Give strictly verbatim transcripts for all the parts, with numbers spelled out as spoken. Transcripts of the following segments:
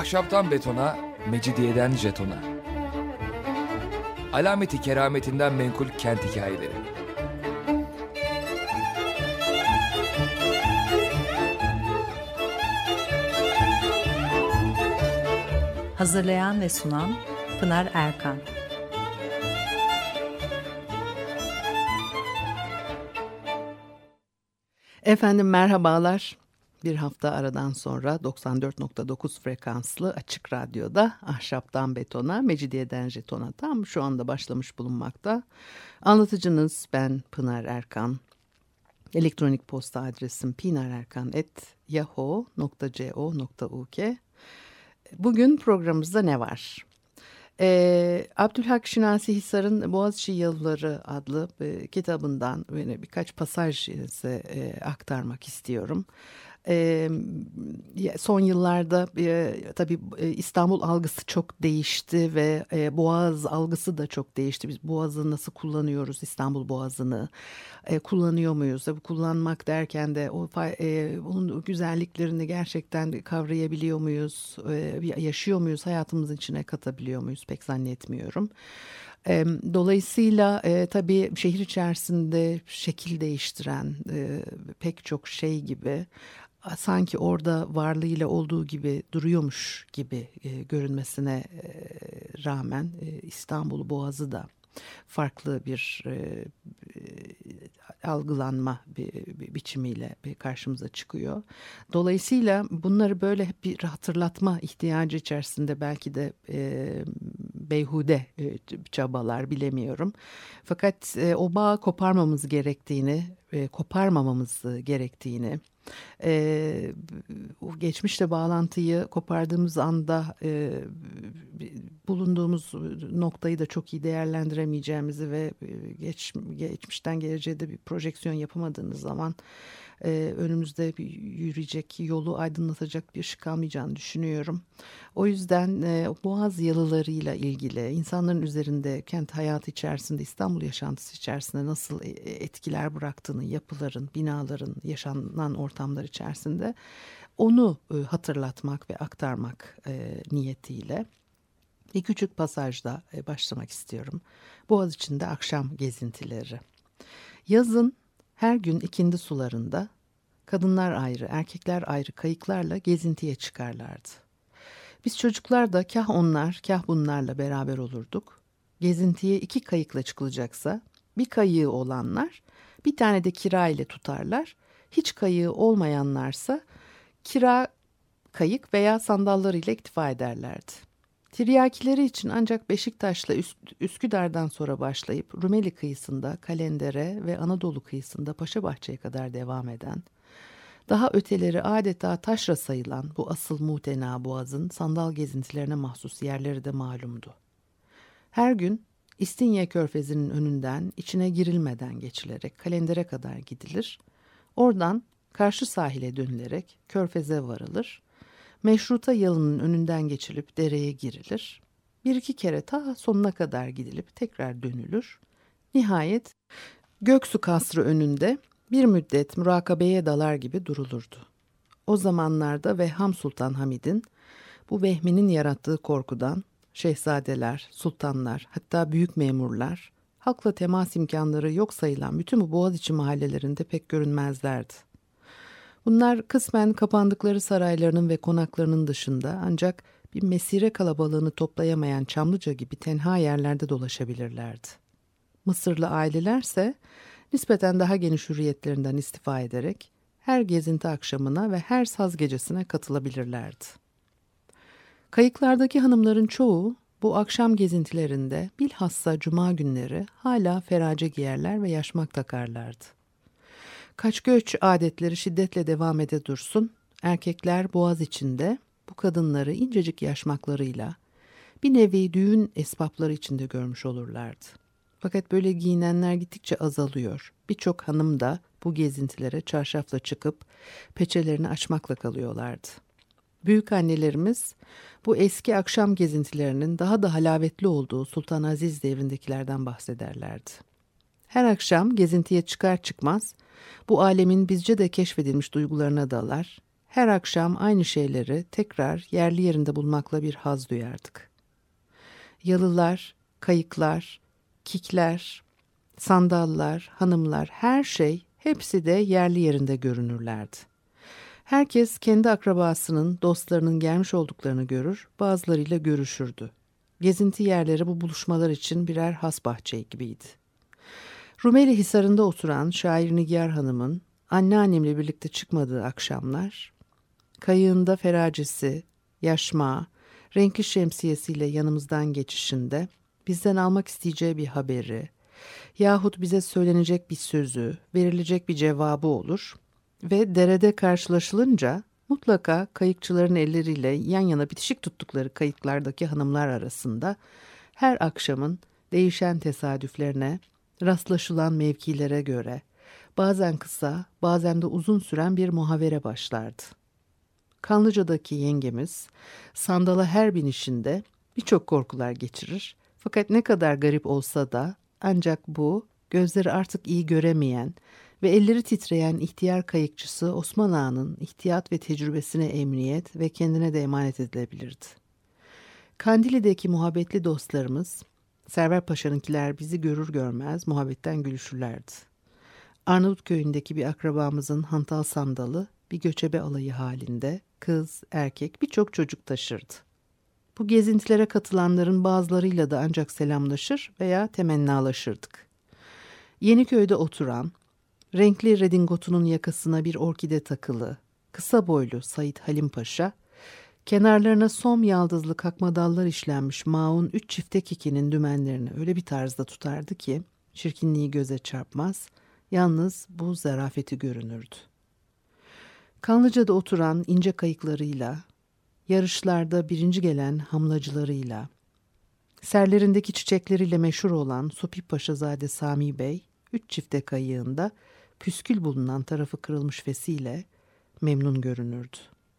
Ahşaptan betona, mecidiyeden jetona. Alameti kerametinden menkul kent hikayeleri. Hazırlayan ve sunan Pınar Erkan. Efendim merhabalar. Bir hafta aradan sonra doksan dört nokta dokuz frekanslı Açık Radyo'da Ahşaptan Betona, Mecidiyeden Jeton'a tam şu anda başlamış bulunmakta. Anlatıcınız ben Pınar Erkan. Elektronik posta adresim pinarerkan at yahoo nokta co nokta uk. Bugün programımızda ne var? Ee, Abdülhak Şinasi Hisar'ın Boğaziçi Yalıları adlı e, kitabından böyle birkaç pasaj size e, aktarmak istiyorum. Ee, son yıllarda e, tabii e, İstanbul algısı çok değişti ve e, Boğaz algısı da çok değişti. Biz Boğaz'ı nasıl kullanıyoruz, İstanbul Boğazı'nı e, kullanıyor muyuz? Tabii kullanmak derken de o e, onun güzelliklerini gerçekten kavrayabiliyor muyuz? E, yaşıyor muyuz? Hayatımızın içine katabiliyor muyuz? Pek zannetmiyorum. E, dolayısıyla e, tabii şehir içerisinde şekil değiştiren e, pek çok şey gibi, sanki orada varlığıyla olduğu gibi duruyormuş gibi e, görünmesine e, rağmen e, İstanbul Boğazı da farklı bir e, e, algılanma bir, bir biçimiyle bir karşımıza çıkıyor. Dolayısıyla bunları böyle hep bir hatırlatma ihtiyacı içerisinde belki de e, beyhude e, çabalar, bilemiyorum. Fakat e, o bağı koparmamız gerektiğini, e, koparmamamız gerektiğini, Ee, geçmişle bağlantıyı kopardığımız anda e, bulunduğumuz noktayı da çok iyi değerlendiremeyeceğimizi ve geç, geçmişten geleceğe de bir projeksiyon yapamadığınız zaman e, önümüzde bir yürüyecek, yolu aydınlatacak bir ışık kalmayacağını düşünüyorum. O yüzden e, Boğaz yalılarıyla ilgili insanların üzerinde, kent hayatı içerisinde, İstanbul yaşantısı içerisinde nasıl etkiler bıraktığını, yapıların, binaların, yaşanan ortamlar içerisinde onu e, hatırlatmak ve aktarmak e, niyetiyle bir küçük pasajda e, başlamak istiyorum. Boğaziçi'nde akşam gezintileri. Yazın her gün ikindi sularında kadınlar ayrı, erkekler ayrı kayıklarla gezintiye çıkarlardı. Biz çocuklar da kah onlar, kah bunlarla beraber olurduk. Gezintiye iki kayıkla çıkılacaksa bir kayığı olanlar bir tane de kira ile tutarlar. Hiç kayığı olmayanlarsa kira kayık veya sandallarıyla iktifa ederlerdi. Tiryakileri için ancak Beşiktaş'la Üsk- Üsküdar'dan sonra başlayıp Rumeli kıyısında Kalendere ve Anadolu kıyısında Paşabahçe'ye kadar devam eden, daha öteleri adeta taşra sayılan bu asıl muhtena boğazın sandal gezintilerine mahsus yerleri de malumdu. Her gün İstinye Körfezi'nin önünden içine girilmeden geçilerek Kalendere kadar gidilir, oradan karşı sahile dönülerek Körfez'e varılır, Meşruta Yalı'nın önünden geçilip dereye girilir, bir iki kere ta sonuna kadar gidilip tekrar dönülür, nihayet Göksu Kasrı önünde bir müddet murakabeye dalar gibi durulurdu. O zamanlarda Vehham Sultan Hamid'in bu vehminin yarattığı korkudan şehzadeler, sultanlar, hatta büyük memurlar halkla temas imkanları yok sayılan bütün bu Boğaziçi mahallelerinde pek görünmezlerdi. Bunlar kısmen kapandıkları saraylarının ve konaklarının dışında ancak bir mesire kalabalığını toplayamayan Çamlıca gibi tenha yerlerde dolaşabilirlerdi. Mısırlı ailelerse nispeten daha geniş hürriyetlerinden istifa ederek her gezinti akşamına ve her saz gecesine katılabilirlerdi. Kayıklardaki hanımların çoğu bu akşam gezintilerinde bilhassa cuma günleri hala ferace giyerler ve yaşmak takarlardı. Kaç göç adetleri şiddetle devam ede dursun, erkekler boğaz içinde bu kadınları incecik yaşmaklarıyla bir nevi düğün esbapları içinde görmüş olurlardı. Fakat böyle giyinenler gittikçe azalıyor. Birçok hanım da bu gezintilere çarşafla çıkıp peçelerini açmakla kalıyorlardı. Büyük annelerimiz bu eski akşam gezintilerinin daha da halavetli olduğu Sultan Aziz devrindekilerden bahsederlerdi. Her akşam gezintiye çıkar çıkmaz bu alemin bizce de keşfedilmiş duygularına dalar, her akşam aynı şeyleri tekrar yerli yerinde bulmakla bir haz duyardık. Yalılar, kayıklar, kikler, sandallar, hanımlar, her şey hepsi de yerli yerinde görünürlerdi. Herkes kendi akrabasının, dostlarının gelmiş olduklarını görür, bazılarıyla görüşürdü. Gezinti yerleri bu buluşmalar için birer has bahçe gibiydi. Rumeli Hisarı'nda oturan şair Nigar Hanım'ın anneannemle birlikte çıkmadığı akşamlar, kayığında feracesi, yaşmağı, renkli şemsiyesiyle yanımızdan geçişinde bizden almak isteyeceği bir haberi yahut bize söylenecek bir sözü, verilecek bir cevabı olur ve derede karşılaşılınca mutlaka kayıkçıların elleriyle yan yana bitişik tuttukları kayıklardaki hanımlar arasında her akşamın değişen tesadüflerine, rastlaşılan mevkilere göre bazen kısa, bazen de uzun süren bir muhavere başlardı. Kanlıca'daki yengemiz sandala her binişinde birçok korkular geçirir. Fakat ne kadar garip olsa da ancak bu gözleri artık iyi göremeyen ve elleri titreyen ihtiyar kayıkçısı Osman Ağa'nın ihtiyat ve tecrübesine emniyet ve kendine de emanet edilebilirdi. Kandili'deki muhabbetli dostlarımız, Server Paşa'nınkiler bizi görür görmez muhabbetten gülüşürlerdi. Arnavutköy'ündeki bir akrabamızın hantal sandalı bir göçebe alayı halinde kız, erkek birçok çocuk taşırdı. Bu gezintilere katılanların bazılarıyla da ancak selamlaşır veya temennalaşırdık. Yeniköy'de oturan, renkli redingotunun yakasına bir orkide takılı, kısa boylu Said Halim Paşa, kenarlarına som yaldızlı kakma dallar işlenmiş maun üç çifte kikinin dümenlerini öyle bir tarzda tutardı ki çirkinliği göze çarpmaz, yalnız bu zarafeti görünürdü. Kanlıca'da oturan ince kayıklarıyla, yarışlarda birinci gelen hamlacılarıyla, serlerindeki çiçekleriyle meşhur olan Sopi Paşazade Sami Bey, üç çifte kayığında püskül bulunan tarafı kırılmış fesiyle memnun görünürdü.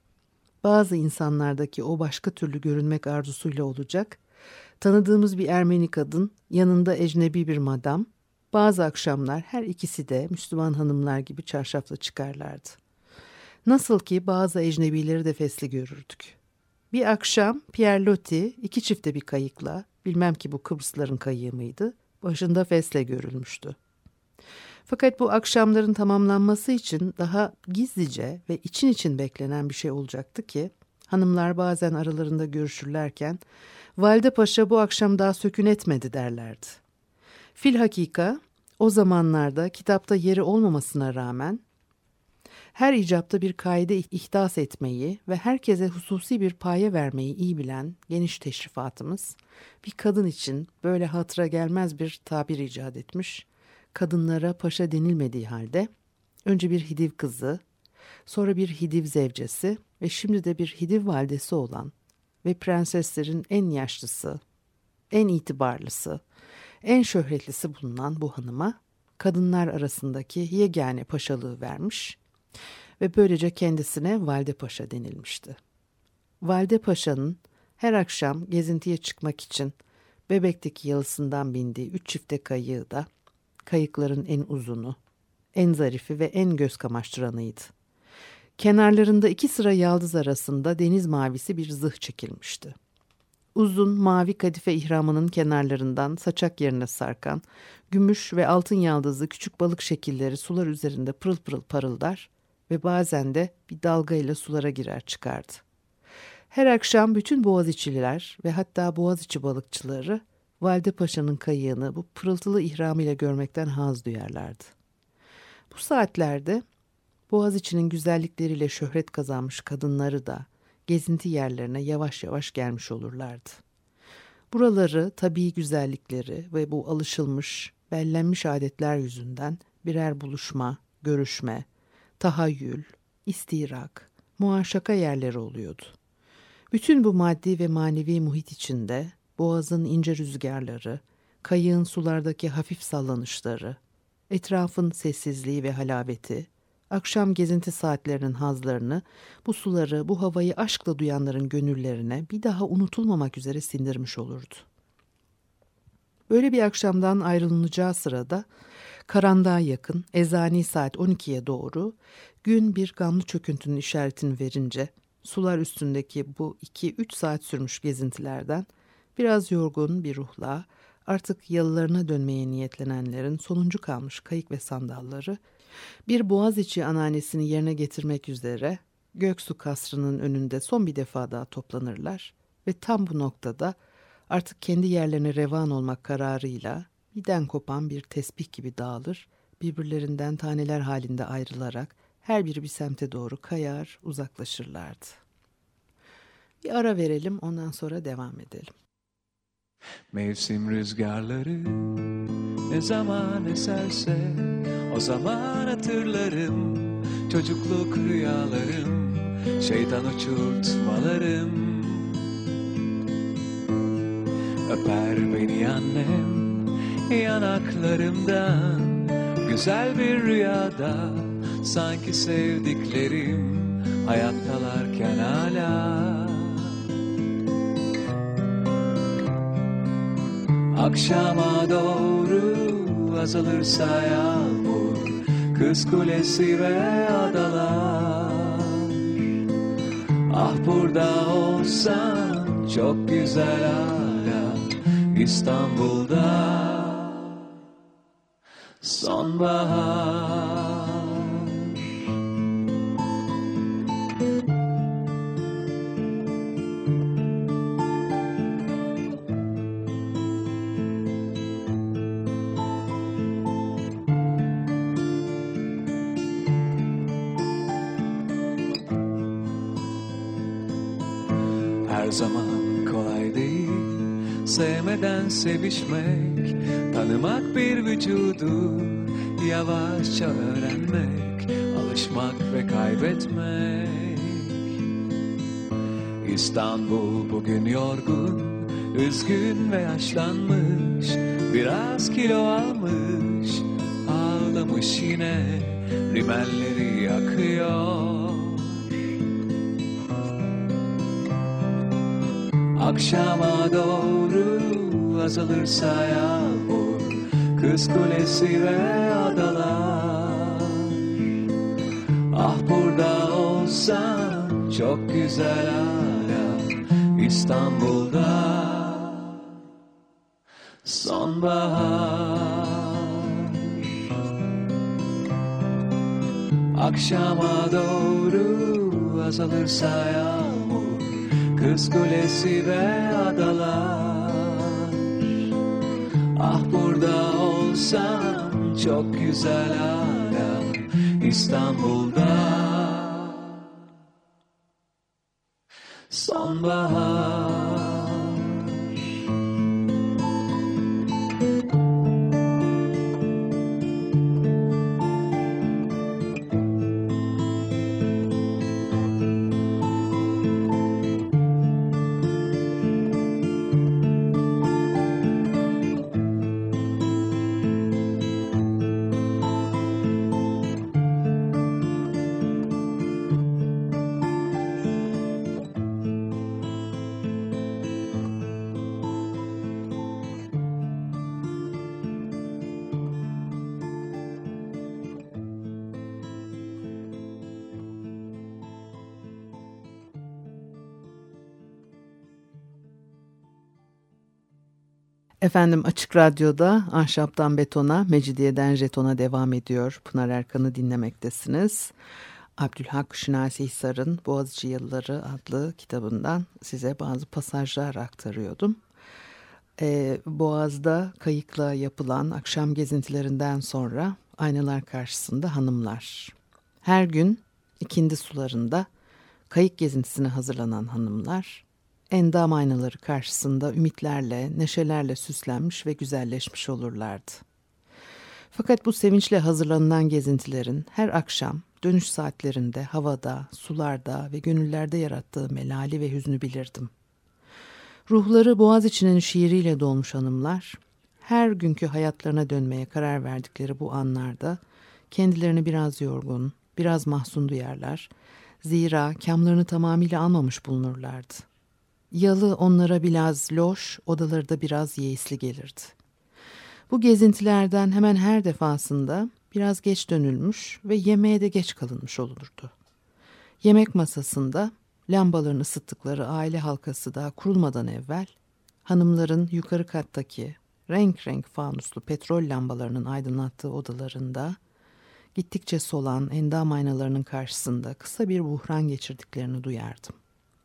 Bazı insanlardaki o başka türlü görünmek arzusuyla olacak, tanıdığımız bir Ermeni kadın, yanında ecnebi bir madam, bazı akşamlar her ikisi de Müslüman hanımlar gibi çarşafla çıkarlardı. Nasıl ki bazı ecnebileri de fesli görürdük. Bir akşam Pierre Loti iki çifte bir kayıkla, bilmem ki bu Kıbrıslıların kayığı mıydı, başında fesle görülmüştü. Fakat bu akşamların tamamlanması için daha gizlice ve için için beklenen bir şey olacaktı ki, hanımlar bazen aralarında görüşürlerken, Valide Paşa bu akşam daha sökün etmedi derlerdi. Filhakika o zamanlarda kitapta yeri olmamasına rağmen, her icapta bir kaide ihdas etmeyi ve herkese hususi bir paye vermeyi iyi bilen geniş teşrifatımız, bir kadın için böyle hatıra gelmez bir tabir icat etmiş, kadınlara paşa denilmediği halde, önce bir hidiv kızı, sonra bir hidiv zevcesi ve şimdi de bir hidiv validesi olan ve prenseslerin en yaşlısı, en itibarlısı, en şöhretlisi bulunan bu hanıma, kadınlar arasındaki yegane paşalığı vermiş ve böylece kendisine Valide Paşa denilmişti. Valide Paşa'nın her akşam gezintiye çıkmak için Bebek'teki yalısından bindiği üç çifte kayığı da kayıkların en uzunu, en zarifi ve en göz kamaştıranıydı. Kenarlarında iki sıra yaldız arasında deniz mavisi bir zırh çekilmişti. Uzun mavi kadife ihramının kenarlarından saçak yerine sarkan, gümüş ve altın yaldızlı küçük balık şekilleri sular üzerinde pırıl pırıl parıldar ve bazen de bir dalgayla sulara girer çıkardı. Her akşam bütün Boğaziçi'liler ve hatta Boğaziçi balıkçıları Valide Paşa'nın kayığını bu pırıltılı ihramıyla görmekten haz duyarlardı. Bu saatlerde Boğaziçi'nin güzellikleriyle şöhret kazanmış kadınları da gezinti yerlerine yavaş yavaş gelmiş olurlardı. Buraları tabii güzellikleri ve bu alışılmış, bellenmiş adetler yüzünden birer buluşma, görüşme, tahayyül, istirak, muaşaka yerleri oluyordu. Bütün bu maddi ve manevi muhit içinde boğazın ince rüzgarları, kayığın sulardaki hafif sallanışları, etrafın sessizliği ve halaveti, akşam gezinti saatlerinin hazlarını, bu suları, bu havayı aşkla duyanların gönüllerine bir daha unutulmamak üzere sindirmiş olurdu. Böyle bir akşamdan ayrılınacağı sırada Karanlığa yakın, eczani saat on ikiye doğru gün bir gamlı çöküntünün işaretini verince sular üstündeki bu iki üç saat sürmüş gezintilerden biraz yorgun bir ruhla artık yalılarına dönmeye niyetlenenlerin sonuncu kalmış kayık ve sandalları bir Boğaziçi anneannesini yerine getirmek üzere Göksu Kasrı'nın önünde son bir defa daha toplanırlar ve tam bu noktada artık kendi yerlerine revan olmak kararıyla miden kopan bir tesbih gibi dağılır, birbirlerinden taneler halinde ayrılarak her biri bir semte doğru kayar, uzaklaşırlardı. Bir ara verelim, ondan sonra devam edelim. Mevsim rüzgarları ne zaman eserse o zaman hatırlarım çocukluk rüyalarım, şeytan uçurtmalarım. Öper beni annem yanaklarımdan, güzel bir rüyada sanki sevdiklerim hayattalarken hala. Akşama doğru azalırsa yağmur, Kız Kulesi ve adalar. Ah burada olsan çok güzel hala, İstanbul'da sonbahar. Her zaman kolay değil sevmeden sevişmek, tanımak bir vücudu, yavaşça öğrenmek, alışmak ve kaybetmek. İstanbul bugün yorgun, üzgün ve yaşlanmış, biraz kilo almış, ağlamış yine, rimelleri yakıyor. Akşama doğru azalırsa yağmur, Kız Kulesi ve adalar. Ah burada olsan çok güzel hala, İstanbul'da sonbahar. Akşama doğru azalırsa yağmur, Kız Kulesi ve adalar. Ah burada olsam çok güzel hala, İstanbul'da sonbahar. Efendim Açık Radyo'da Ahşaptan Betona, Mecidiyeden Jeton'a devam ediyor. Pınar Erkan'ı dinlemektesiniz. Abdülhak Şinasi Hisar'ın Boğaziçi Yılları adlı kitabından size bazı pasajlar aktarıyordum. Ee, Boğaz'da kayıkla yapılan akşam gezintilerinden sonra aynalar karşısında hanımlar. Her gün ikindi sularında kayık gezintisine hazırlanan hanımlar, endam aynaları karşısında ümitlerle, neşelerle süslenmiş ve güzelleşmiş olurlardı. Fakat bu sevinçle hazırlanılan gezintilerin her akşam dönüş saatlerinde havada, sularda ve gönüllerde yarattığı melali ve hüznü bilirdim. Ruhları Boğaziçi'nin şiiriyle dolmuş hanımlar, her günkü hayatlarına dönmeye karar verdikleri bu anlarda kendilerini biraz yorgun, biraz mahzun duyarlar. Zira kamlarını tamamıyla almamış bulunurlardı. Yalı onlara biraz loş, odaları da biraz yeisli gelirdi. Bu gezintilerden hemen her defasında biraz geç dönülmüş ve yemeğe de geç kalınmış olurdu. Yemek masasında lambalarını ısıttıkları aile halkası daha kurulmadan evvel hanımların yukarı kattaki renk renk fanuslu petrol lambalarının aydınlattığı odalarında gittikçe solan endam aynalarının karşısında kısa bir buhran geçirdiklerini duyardım.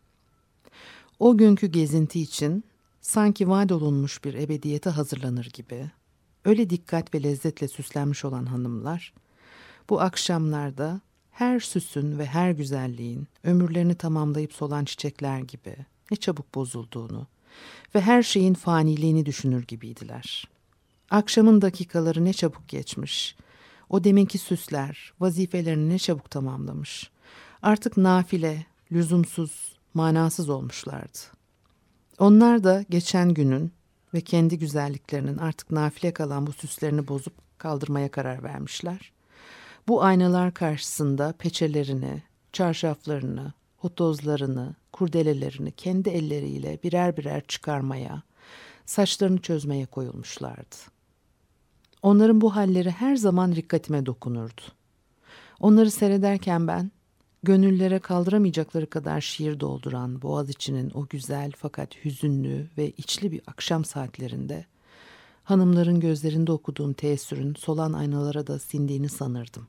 O günkü gezinti için sanki vaat olunmuş bir ebediyete hazırlanır gibi öyle dikkat ve lezzetle süslenmiş olan hanımlar bu akşamlarda her süsün ve her güzelliğin ömürlerini tamamlayıp solan çiçekler gibi ne çabuk bozulduğunu ve her şeyin faniliğini düşünür gibiydiler. Akşamın dakikaları ne çabuk geçmiş, o deminki süsler vazifelerini ne çabuk tamamlamış, artık nafile, lüzumsuz, manasız olmuşlardı. Onlar da geçen günün ve kendi güzelliklerinin artık nafile kalan bu süslerini bozup kaldırmaya karar vermişler. Bu aynalar karşısında peçelerini, çarşaflarını, hotozlarını, kurdelelerini kendi elleriyle birer birer çıkarmaya, saçlarını çözmeye koyulmuşlardı. Onların bu halleri her zaman dikkatime dokunurdu. Onları seyrederken ben, gönüllere kaldıramayacakları kadar şiir dolduran Boğaziçi'nin o güzel fakat hüzünlü ve içli bir akşam saatlerinde hanımların gözlerinde okuduğum teessürün solan aynalara da sindiğini sanırdım.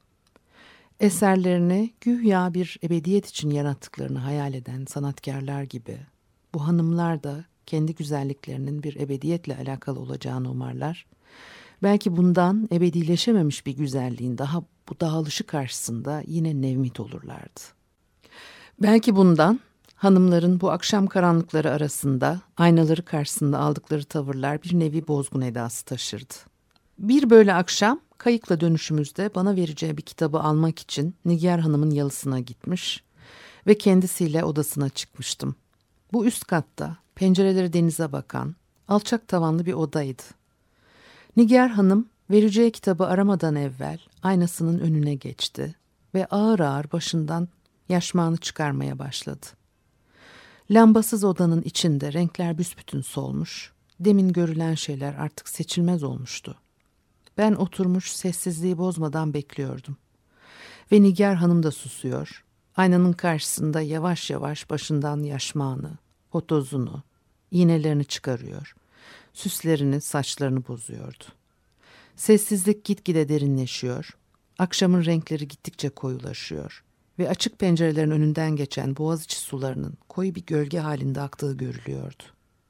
Eserlerini güya bir ebediyet için yarattıklarını hayal eden sanatkarlar gibi bu hanımlar da kendi güzelliklerinin bir ebediyetle alakalı olacağını umarlar. Belki bundan ebedileşememiş bir güzelliğin daha bu dağılışı karşısında yine nevmit olurlardı. Belki bundan hanımların bu akşam karanlıkları arasında aynaları karşısında aldıkları tavırlar bir nevi bozgun edası taşırdı. Bir böyle akşam kayıkla dönüşümüzde bana vereceği bir kitabı almak için Nigar Hanım'ın yalısına gitmiş ve kendisiyle odasına çıkmıştım. Bu üst katta pencereleri denize bakan alçak tavanlı bir odaydı. Nigar Hanım vereceği kitabı aramadan evvel aynasının önüne geçti ve ağır ağır başından yaşmağını çıkarmaya başladı. Lambasız odanın içinde renkler büsbütün solmuş, demin görülen şeyler artık seçilmez olmuştu. Ben oturmuş sessizliği bozmadan bekliyordum. Ve Nigar Hanım da susuyor, aynanın karşısında yavaş yavaş başından yaşmağını, hotozunu, iğnelerini çıkarıyor, süslerini, saçlarını bozuyordu. Sessizlik gitgide derinleşiyor, akşamın renkleri gittikçe koyulaşıyor ve açık pencerelerin önünden geçen Boğaziçi sularının koyu bir gölge halinde aktığı görülüyordu.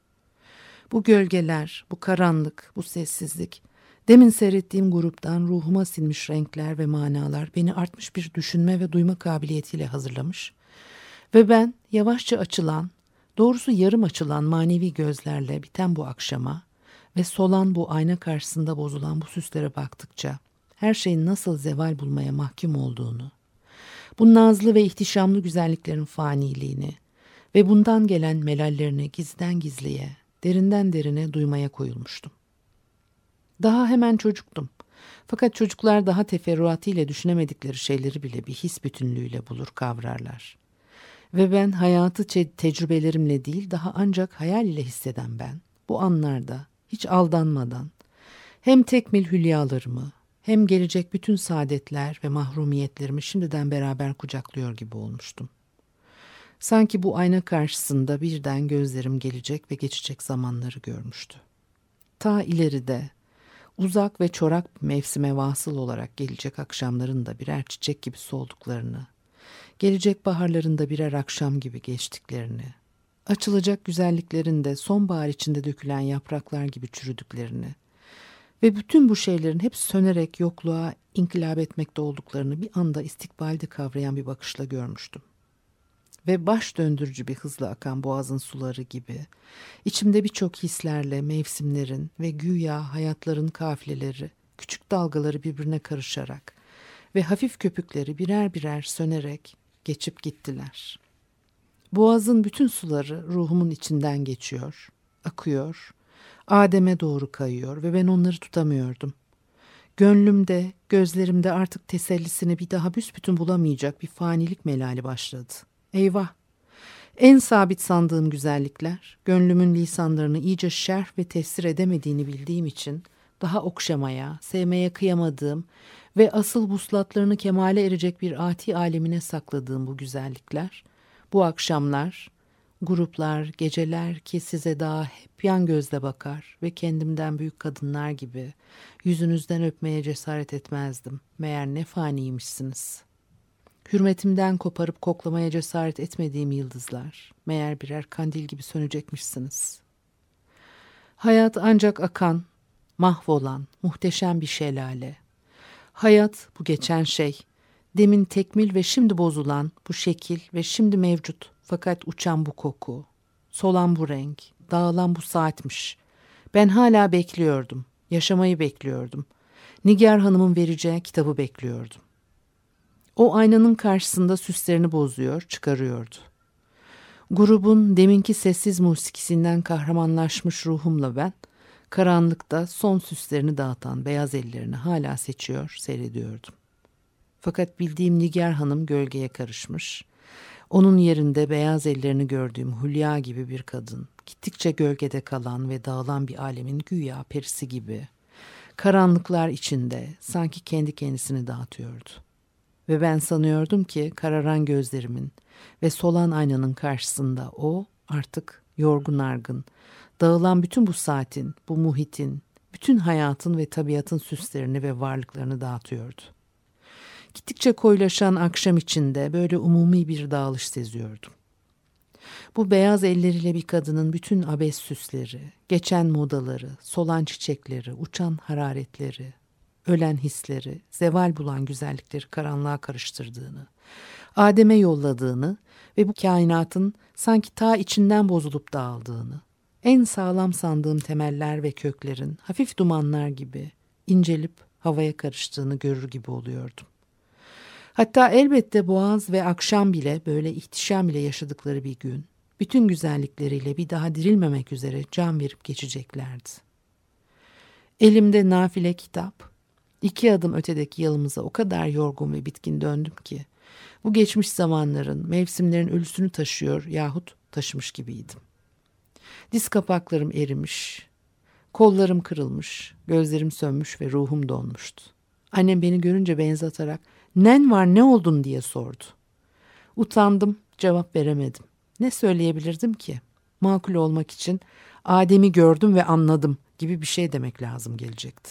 Bu gölgeler, bu karanlık, bu sessizlik, demin seyrettiğim gruptan ruhuma sinmiş renkler ve manalar beni artmış bir düşünme ve duyma kabiliyetiyle hazırlamış ve ben yavaşça açılan, doğrusu yarım açılan manevi gözlerle biten bu akşama ve solan bu ayna karşısında bozulan bu süslere baktıkça her şeyin nasıl zeval bulmaya mahkum olduğunu, bu nazlı ve ihtişamlı güzelliklerin faniliğini ve bundan gelen melallerini gizden gizliye, derinden derine duymaya koyulmuştum. Daha hemen çocuktum. Fakat çocuklar daha teferruatıyla düşünemedikleri şeyleri bile bir his bütünlüğüyle bulur, kavrarlar. Ve ben hayatı te- tecrübelerimle değil, daha ancak hayal ile hisseden ben, bu anlarda hiç aldanmadan hem tekmil hülyalarımı hem gelecek bütün saadetler ve mahrumiyetlerimi şimdiden beraber kucaklıyor gibi olmuştum. Sanki bu ayna karşısında birden gözlerim gelecek ve geçecek zamanları görmüştü. Ta ileride, uzak ve çorak mevsime vasıl olarak gelecek akşamların da birer çiçek gibi solduklarını, gelecek baharların da birer akşam gibi geçtiklerini, açılacak güzelliklerin de sonbahar içinde dökülen yapraklar gibi çürüdüklerini ve bütün bu şeylerin hep sönerek yokluğa inkılap etmekte olduklarını bir anda istikbalde kavrayan bir bakışla görmüştüm. Ve baş döndürücü bir hızla akan boğazın suları gibi, içimde birçok hislerle mevsimlerin ve güya hayatların kafileleri, küçük dalgaları birbirine karışarak ve hafif köpükleri birer birer sönerek geçip gittiler. Boğazın bütün suları ruhumun içinden geçiyor, akıyor, Adem'e doğru kayıyor ve ben onları tutamıyordum. Gönlümde, gözlerimde artık tesellisini bir daha büsbütün bulamayacak bir fanilik melali başladı. Eyvah! En sabit sandığım güzellikler, gönlümün lisanlarını iyice şerh ve tefsir edemediğini bildiğim için daha okşamaya, sevmeye kıyamadığım ve asıl vuslatlarını kemale erecek bir ati alemine sakladığım bu güzellikler, bu akşamlar, gruplar, geceler ki size daha hep yan gözle bakar ve kendimden büyük kadınlar gibi yüzünüzden öpmeye cesaret etmezdim. Meğer ne faniymişsiniz. Hürmetimden koparıp koklamaya cesaret etmediğim yıldızlar, meğer birer kandil gibi sönecekmişsiniz. Hayat ancak akan, mahvolan, muhteşem bir şelale. Hayat bu geçen şey, demin tekmil ve şimdi bozulan bu şekil ve şimdi mevcut fakat uçan bu koku, solan bu renk, dağılan bu saatmiş. Ben hala bekliyordum, yaşamayı bekliyordum. Nigar Hanım'ın vereceği kitabı bekliyordum. O aynanın karşısında süslerini bozuyor, çıkarıyordu. Grubun deminki sessiz musikisinden kahramanlaşmış ruhumla ben, karanlıkta son süslerini dağıtan beyaz ellerini hala seçiyor, seyrediyordum. Fakat bildiğim Nigar Hanım gölgeye karışmış. Onun yerinde beyaz ellerini gördüğüm Hülya gibi bir kadın, gittikçe gölgede kalan ve dağılan bir alemin güya perisi gibi, karanlıklar içinde sanki kendi kendisini dağıtıyordu. Ve ben sanıyordum ki kararan gözlerimin ve solan aynanın karşısında o artık yorgun argın, dağılan bütün bu saatin, bu muhitin, bütün hayatın ve tabiatın süslerini ve varlıklarını dağıtıyordu. Gittikçe koyulaşan akşam içinde böyle umumi bir dağılış seziyordum. Bu beyaz elleriyle bir kadının bütün abes süsleri, geçen modaları, solan çiçekleri, uçan hararetleri, ölen hisleri, zeval bulan güzellikleri karanlığa karıştırdığını, Adem'e yolladığını ve bu kainatın sanki ta içinden bozulup dağıldığını, en sağlam sandığım temeller ve köklerin hafif dumanlar gibi incelip havaya karıştığını görür gibi oluyordum. Hatta elbette boğaz ve akşam bile böyle ihtişam ile yaşadıkları bir gün, bütün güzellikleriyle bir daha dirilmemek üzere can verip geçeceklerdi. Elimde nafile kitap, iki adım ötedeki yalımıza o kadar yorgun ve bitkin döndüm ki, bu geçmiş zamanların, mevsimlerin ölüsünü taşıyor yahut taşımış gibiydim. Diz kapaklarım erimiş, kollarım kırılmış, gözlerim sönmüş ve ruhum donmuştu. Annem beni görünce benzi atarak, "Nen var, ne oldun?" diye sordu. Utandım, cevap veremedim. Ne söyleyebilirdim ki? Makul olmak için Adem'i gördüm ve anladım gibi bir şey demek lazım gelecekti.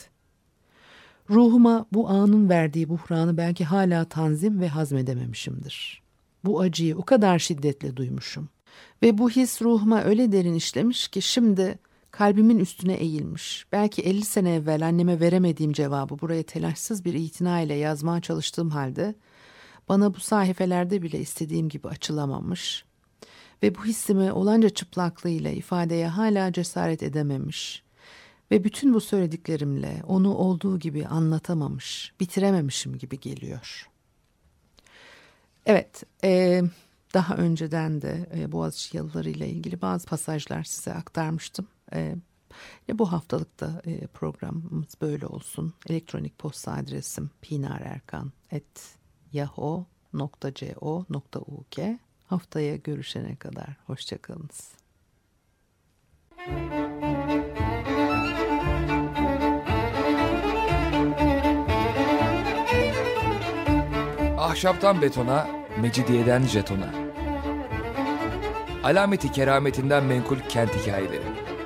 Ruhuma bu anın verdiği buhranı belki hala tanzim ve hazmedememişimdir. Bu acıyı o kadar şiddetle duymuşum. Ve bu his ruhuma öyle derin işlemiş ki şimdi kalbimin üstüne eğilmiş. Belki elli sene evvel anneme veremediğim cevabı buraya telaşsız bir itina ile yazmaya çalıştığım halde bana bu sahifelerde bile istediğim gibi açılamamış ve bu hissimi olanca çıplaklığıyla ifadeye hala cesaret edememiş ve bütün bu söylediklerimle onu olduğu gibi anlatamamış, bitirememişim gibi geliyor. Evet, e, daha önceden de e, Boğaziçi Yalıları ile ilgili bazı pasajlar size aktarmıştım. E, bu haftalık da e, programımız böyle olsun. Elektronik posta adresim pinarerkan at yahoo nokta co nokta uk. Haftaya görüşene kadar hoşçakalınız. Ahşaptan betona, mecidiyeden jetona. Alameti kerametinden menkul kent hikayeleri.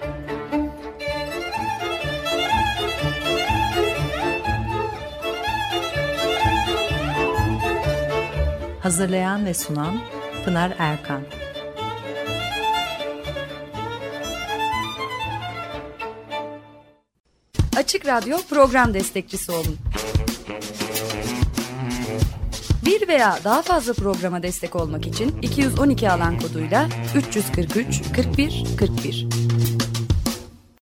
Hazırlayan ve sunan Pınar Erkan. Açık Radyo program destekçisi olun. Bir veya daha fazla programa destek olmak için iki yüz on iki alan koduyla üç yüz kırk üç kırk bir kırk bir.